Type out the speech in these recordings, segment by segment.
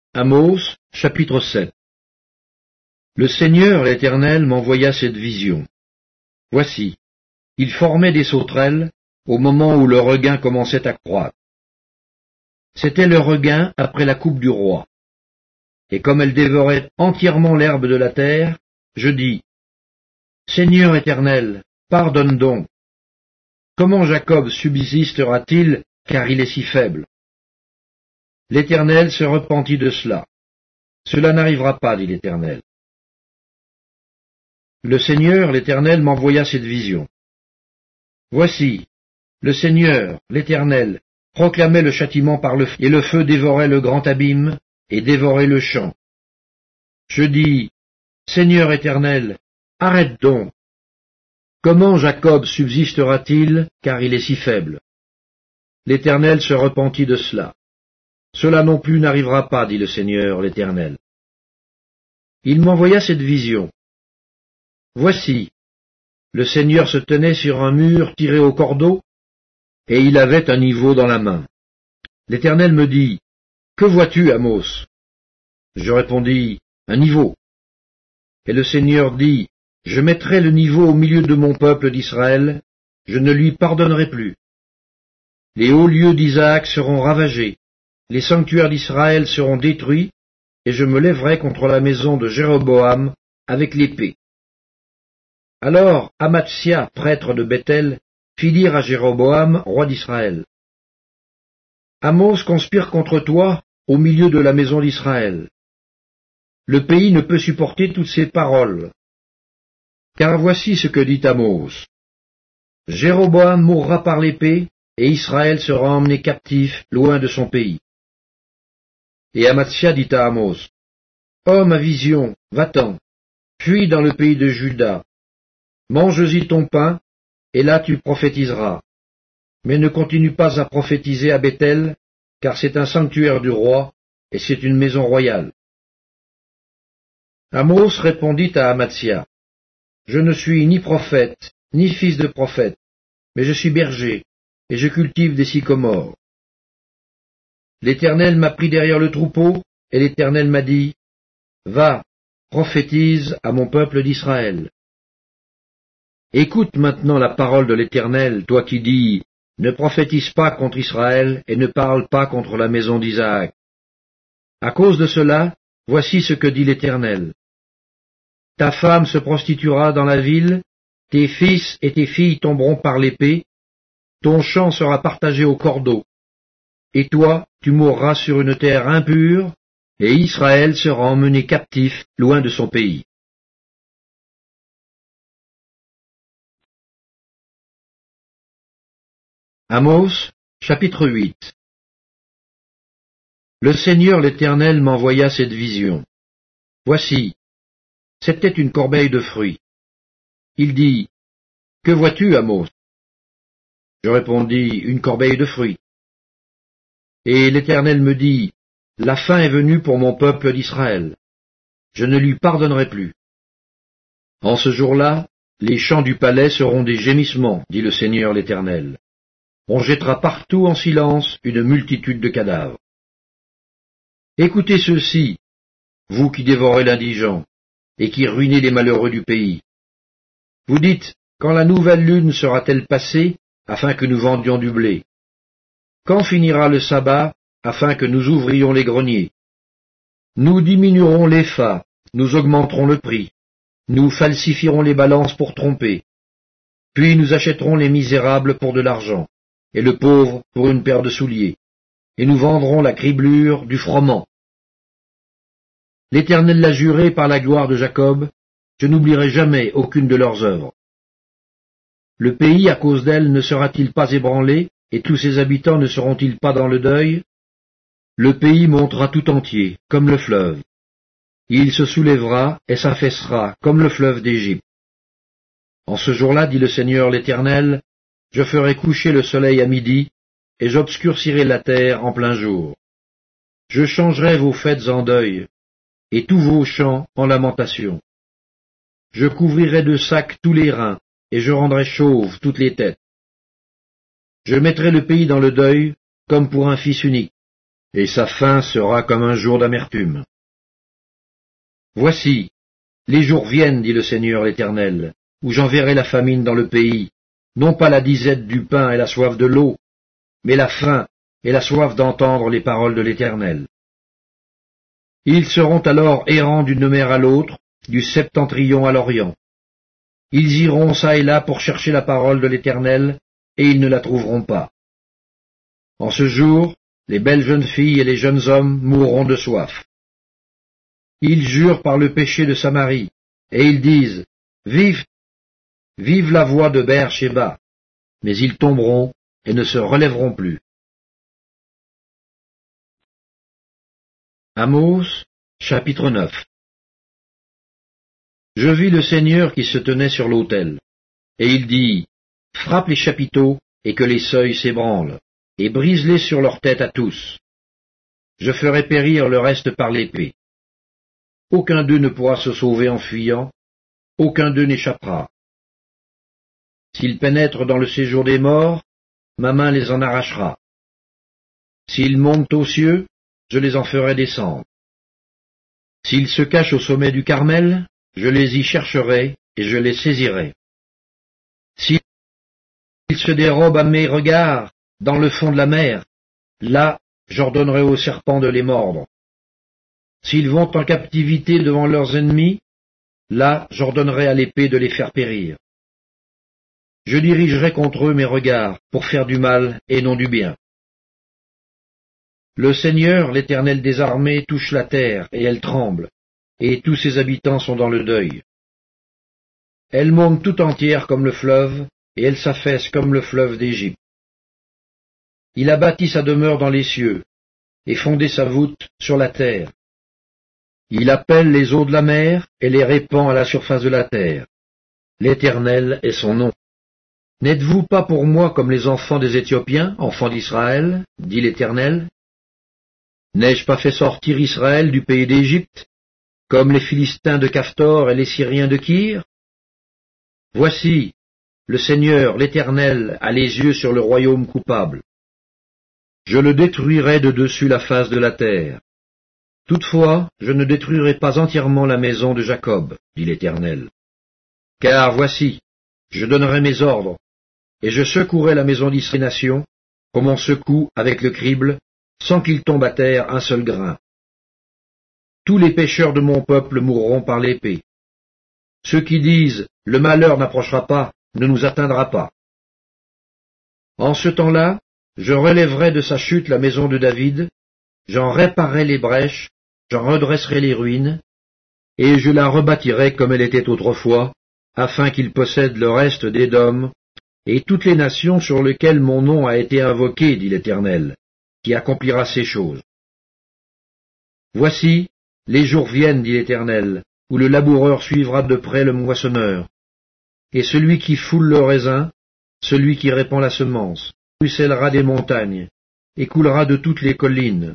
Amos, chapitre 7. Le Seigneur l'Éternel m'envoya cette vision. Voici, il formait des sauterelles au moment où le regain commençait à croître. C'était le regain après la coupe du roi. Et comme elle dévorait entièrement l'herbe de la terre, je dis, Seigneur Éternel, pardonne donc. Comment Jacob subsistera-t-il, car il est si faible? L'Éternel se repentit de cela. Cela n'arrivera pas, dit l'Éternel. Le Seigneur, l'Éternel, m'envoya cette vision. Voici, le Seigneur, l'Éternel, proclamait le châtiment par le feu, et le feu dévorait le grand abîme, et dévorait le champ. Je dis, Seigneur Éternel, arrête donc. Comment Jacob subsistera-t-il, car il est si faible? L'Éternel se repentit de cela. Cela non plus n'arrivera pas, dit le Seigneur, l'Éternel. Il m'envoya cette vision. Voici, le Seigneur se tenait sur un mur tiré au cordeau, et il avait un niveau dans la main. L'Éternel me dit, Que vois-tu, Amos? Je répondis, Un niveau. Et le Seigneur dit, Je mettrai le niveau au milieu de mon peuple d'Israël, je ne lui pardonnerai plus. Les hauts lieux d'Isaac seront ravagés, les sanctuaires d'Israël seront détruits, et je me lèverai contre la maison de Jéroboam avec l'épée. Alors Amatsia, prêtre de Béthel, fit dire à Jéroboam, roi d'Israël, Amos conspire contre toi au milieu de la maison d'Israël. Le pays ne peut supporter toutes ces paroles. Car voici ce que dit Amos. Jéroboam mourra par l'épée, et Israël sera emmené captif loin de son pays. Et Amatsia dit à Amos, Homme à vision, va-t'en, fuis dans le pays de Juda, mange-y ton pain, et là tu prophétiseras. Mais ne continue pas à prophétiser à Béthel, car c'est un sanctuaire du roi, et c'est une maison royale. Amos répondit à Amatsia, Je ne suis ni prophète, ni fils de prophète, mais je suis berger, et je cultive des sycomores. L'Éternel m'a pris derrière le troupeau, et l'Éternel m'a dit, Va, prophétise à mon peuple d'Israël. Écoute maintenant la parole de l'Éternel, toi qui dis, Ne prophétise pas contre Israël, et ne parle pas contre la maison d'Isaac. À cause de cela, voici ce que dit l'Éternel. Ta femme se prostituera dans la ville, tes fils et tes filles tomberont par l'épée, ton champ sera partagé au cordeau. Et toi, tu mourras sur une terre impure, et Israël sera emmené captif loin de son pays. Amos, chapitre 8. Le Seigneur l'Éternel m'envoya cette vision. Voici, c'était une corbeille de fruits. Il dit, Que vois-tu, Amos? Je répondis, Une corbeille de fruits. Et l'Éternel me dit, La fin est venue pour mon peuple d'Israël. Je ne lui pardonnerai plus. En ce jour-là, les champs du palais seront des gémissements, dit le Seigneur l'Éternel. On jettera partout en silence une multitude de cadavres. Écoutez ceci, vous qui dévorez l'indigent, et qui ruinez les malheureux du pays. Vous dites, quand la nouvelle lune sera-t-elle passée, afin que nous vendions du blé? Quand finira le sabbat, afin que nous ouvrions les greniers? Nous diminuerons l'épha, nous augmenterons le prix, nous falsifierons les balances pour tromper, puis nous achèterons les misérables pour de l'argent, et le pauvre pour une paire de souliers, et nous vendrons la criblure du froment. L'Éternel l'a juré par la gloire de Jacob, je n'oublierai jamais aucune de leurs œuvres. Le pays, à cause d'elle, ne sera-t-il pas ébranlé, et tous ses habitants ne seront-ils pas dans le deuil? Le pays montera tout entier, comme le fleuve. Il se soulèvera et s'affaissera, comme le fleuve d'Égypte. En ce jour-là, dit le Seigneur l'Éternel, je ferai coucher le soleil à midi, et j'obscurcirai la terre en plein jour. Je changerai vos fêtes en deuil, et tous vos chants en lamentation. Je couvrirai de sacs tous les reins, et je rendrai chauves toutes les têtes. Je mettrai le pays dans le deuil, comme pour un fils unique. et sa fin sera comme un jour d'amertume. Voici, les jours viennent, dit le Seigneur l'Éternel, où j'enverrai la famine dans le pays, non pas la disette du pain et la soif de l'eau, mais la faim et la soif d'entendre les paroles de l'Éternel. Ils seront alors errants d'une mer à l'autre, du septentrion à l'orient. Ils iront çà et là pour chercher la parole de l'Éternel, et ils ne la trouveront pas. En ce jour, les belles jeunes filles et les jeunes hommes mourront de soif. Ils jurent par le péché de Samarie, et ils disent, Vive, vive la voix de Beër-Shéba, mais ils tomberont et ne se relèveront plus. Amos, chapitre 9. Je vis le Seigneur qui se tenait sur l'autel, et il dit, Frappe les chapiteaux, et que les seuils s'ébranlent, et brise-les sur leur tête à tous. Je ferai périr le reste par l'épée. Aucun d'eux ne pourra se sauver en fuyant, aucun d'eux n'échappera. S'ils pénètrent dans le séjour des morts, ma main les en arrachera. S'ils montent aux cieux, je les en ferai descendre. S'ils se cachent au sommet du Carmel, je les y chercherai et je les saisirai. S'ils se dérobent à mes regards dans le fond de la mer, là j'ordonnerai aux serpents de les mordre. S'ils vont en captivité devant leurs ennemis, là j'ordonnerai à l'épée de les faire périr. Je dirigerai contre eux mes regards pour faire du mal et non du bien. Le Seigneur, l'Éternel des armées, touche la terre, et elle tremble, et tous ses habitants sont dans le deuil. Elle monte tout entière comme le fleuve, et elle s'affaisse comme le fleuve d'Égypte. Il a bâti sa demeure dans les cieux, et fondé sa voûte sur la terre. Il appelle les eaux de la mer, et les répand à la surface de la terre. L'Éternel est son nom. N'êtes-vous pas pour moi comme les enfants des Éthiopiens, enfants d'Israël, dit l'Éternel? N'ai-je pas fait sortir Israël du pays d'Égypte, comme les Philistins de Caphtor et les Syriens de Kyr? Voici, le Seigneur, l'Éternel, a les yeux sur le royaume coupable. Je le détruirai de dessus la face de la terre. Toutefois, je ne détruirai pas entièrement la maison de Jacob, dit l'Éternel. Car voici, je donnerai mes ordres, et je secouerai la maison d'Israël, comme on secoue avec le crible, sans qu'il tombe à terre un seul grain. Tous les pécheurs de mon peuple mourront par l'épée. Ceux qui disent « Le malheur n'approchera pas, ne nous atteindra pas ». En ce temps-là, je relèverai de sa chute la maison de David, j'en réparerai les brèches, j'en redresserai les ruines, et je la rebâtirai comme elle était autrefois, afin qu'il possède le reste d'Édom, et toutes les nations sur lesquelles mon nom a été invoqué, dit l'Éternel, qui accomplira ces choses. Voici, les jours viennent, dit l'Éternel, où le laboureur suivra de près le moissonneur, et celui qui foule le raisin, celui qui répand la semence, ruissellera des montagnes, et coulera de toutes les collines.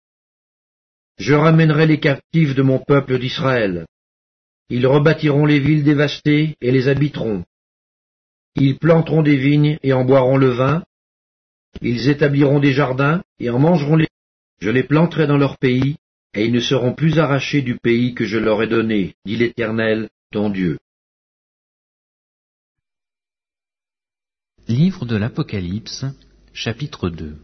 Je ramènerai les captifs de mon peuple d'Israël. Ils rebâtiront les villes dévastées et les habiteront. Ils planteront des vignes et en boiront le vin. Ils établiront des jardins et en mangeront les. Je les planterai dans leur pays, et ils ne seront plus arrachés du pays que je leur ai donné, dit l'Éternel, ton Dieu. Livre de l'Apocalypse, chapitre 2.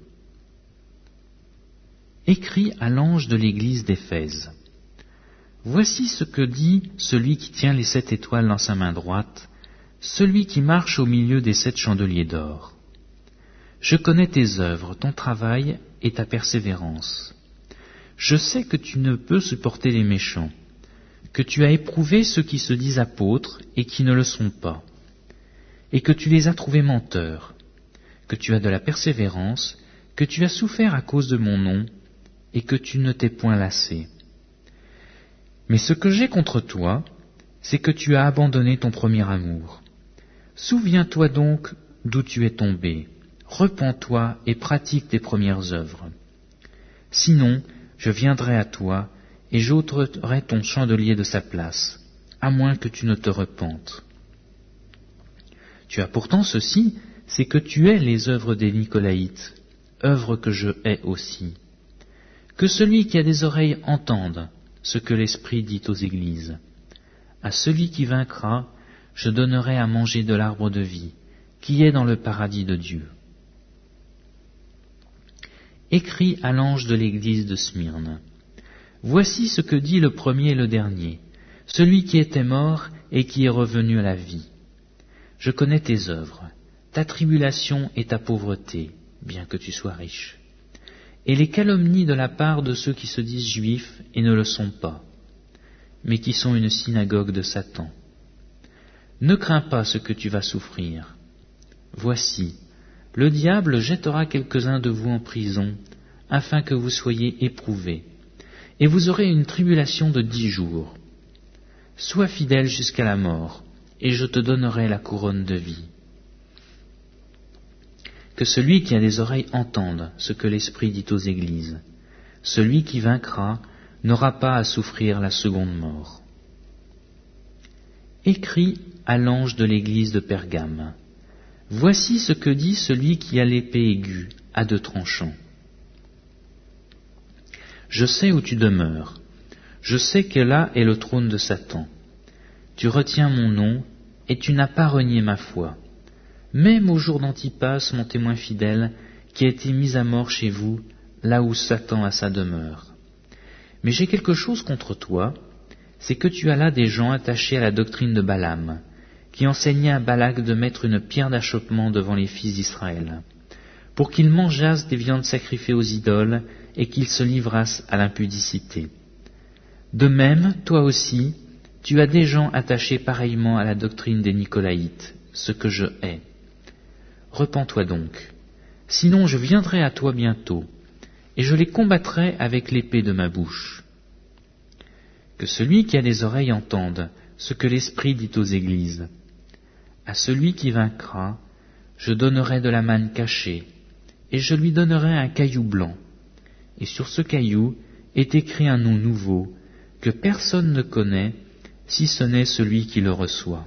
Écrit à l'ange de l'église d'Éphèse. Voici ce que dit celui qui tient les 7 étoiles dans sa main droite, celui qui marche au milieu des 7 chandeliers d'or. Je connais tes œuvres, ton travail et ta persévérance. Je sais que tu ne peux supporter les méchants, que tu as éprouvé ceux qui se disent apôtres et qui ne le sont pas, et que tu les as trouvés menteurs, que tu as de la persévérance, que tu as souffert à cause de mon nom, et que tu ne t'es point lassé. Mais ce que j'ai contre toi, c'est que tu as abandonné ton premier amour. Souviens-toi donc d'où tu es tombé, repens-toi et pratique tes premières œuvres. Sinon, je viendrai à toi et j'ôterai ton chandelier de sa place, à moins que tu ne te repentes. Tu as pourtant ceci, c'est que tu hais les œuvres des Nicolaïtes, œuvres que je hais aussi. Que celui qui a des oreilles entende ce que l'Esprit dit aux églises. À celui qui vaincra, je donnerai à manger de l'arbre de vie, qui est dans le paradis de Dieu. Écrit à l'ange de l'église de Smyrne. Voici ce que dit le premier et le dernier, celui qui était mort et qui est revenu à la vie. Je connais tes œuvres, ta tribulation et ta pauvreté, bien que tu sois riche, et les calomnies de la part de ceux qui se disent juifs et ne le sont pas, mais qui sont une synagogue de Satan. Ne crains pas ce que tu vas souffrir. Voici, le diable jettera quelques-uns de vous en prison, afin que vous soyez éprouvés, et vous aurez une tribulation de 10 jours. Sois fidèle jusqu'à la mort, et je te donnerai la couronne de vie. Que celui qui a des oreilles entende ce que l'Esprit dit aux églises. Celui qui vaincra n'aura pas à souffrir la seconde mort. Écrit à l'ange de l'église de Pergame. Voici ce que dit celui qui a l'épée aiguë à 2 tranchants. Je sais où tu demeures. Je sais que là est le trône de Satan. Tu retiens mon nom et tu n'as pas renié ma foi. Même au jour d'Antipas, mon témoin fidèle, qui a été mis à mort chez vous, là où Satan a sa demeure. Mais j'ai quelque chose contre toi, c'est que tu as là des gens attachés à la doctrine de Balaam, qui enseignait à Balak de mettre une pierre d'achoppement devant les fils d'Israël, pour qu'ils mangeassent des viandes sacrifiées aux idoles et qu'ils se livrassent à l'impudicité. De même, toi aussi, tu as des gens attachés pareillement à la doctrine des Nicolaïtes, ce que je hais. Repens-toi donc, sinon je viendrai à toi bientôt, et je les combattrai avec l'épée de ma bouche. Que celui qui a des oreilles entende ce que l'Esprit dit aux églises. À celui qui vaincra, je donnerai de la manne cachée, et je lui donnerai un caillou blanc, et sur ce caillou est écrit un nom nouveau, que personne ne connaît, si ce n'est celui qui le reçoit.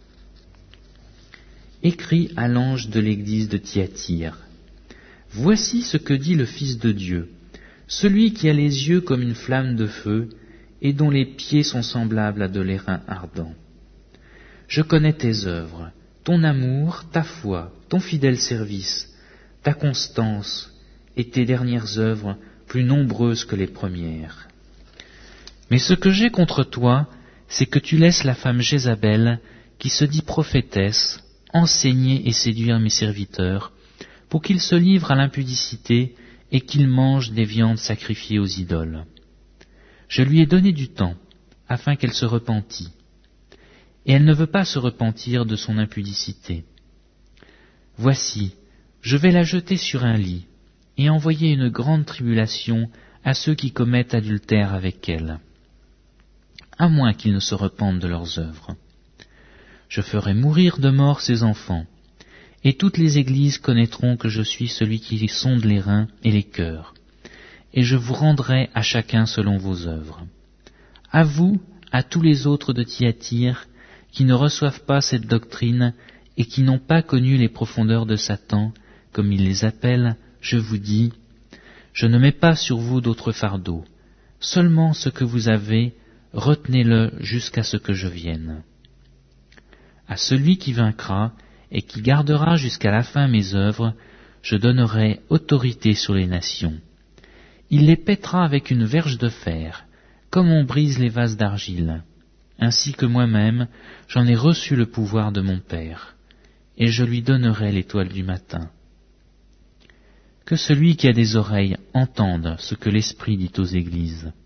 Écrit à l'ange de l'église de Thyatire. Voici ce que dit le Fils de Dieu, celui qui a les yeux comme une flamme de feu, et dont les pieds sont semblables à de l'airain ardent. Je connais tes œuvres, ton amour, ta foi, ton fidèle service, ta constance, et tes dernières œuvres plus nombreuses que les premières. Mais ce que j'ai contre toi, c'est que tu laisses la femme Jézabel, qui se dit prophétesse, enseigner et séduire mes serviteurs, pour qu'ils se livrent à l'impudicité et qu'ils mangent des viandes sacrifiées aux idoles. Je lui ai donné du temps, afin qu'elle se repentît, et elle ne veut pas se repentir de son impudicité. Voici, je vais la jeter sur un lit, et envoyer une grande tribulation à ceux qui commettent adultère avec elle, à moins qu'ils ne se repentent de leurs œuvres. Je ferai mourir de mort ses enfants, et toutes les églises connaîtront que je suis celui qui sonde les reins et les cœurs, et je vous rendrai à chacun selon vos œuvres. À vous, à tous les autres de Thyatire, qui ne reçoivent pas cette doctrine et qui n'ont pas connu les profondeurs de Satan, comme il les appelle, je vous dis, je ne mets pas sur vous d'autre fardeau, seulement ce que vous avez, retenez-le jusqu'à ce que je vienne. À celui qui vaincra et qui gardera jusqu'à la fin mes œuvres, je donnerai autorité sur les nations. Il les pètera avec une verge de fer, comme on brise les vases d'argile. Ainsi que moi-même, j'en ai reçu le pouvoir de mon Père, et je lui donnerai l'étoile du matin. Que celui qui a des oreilles entende ce que l'Esprit dit aux églises.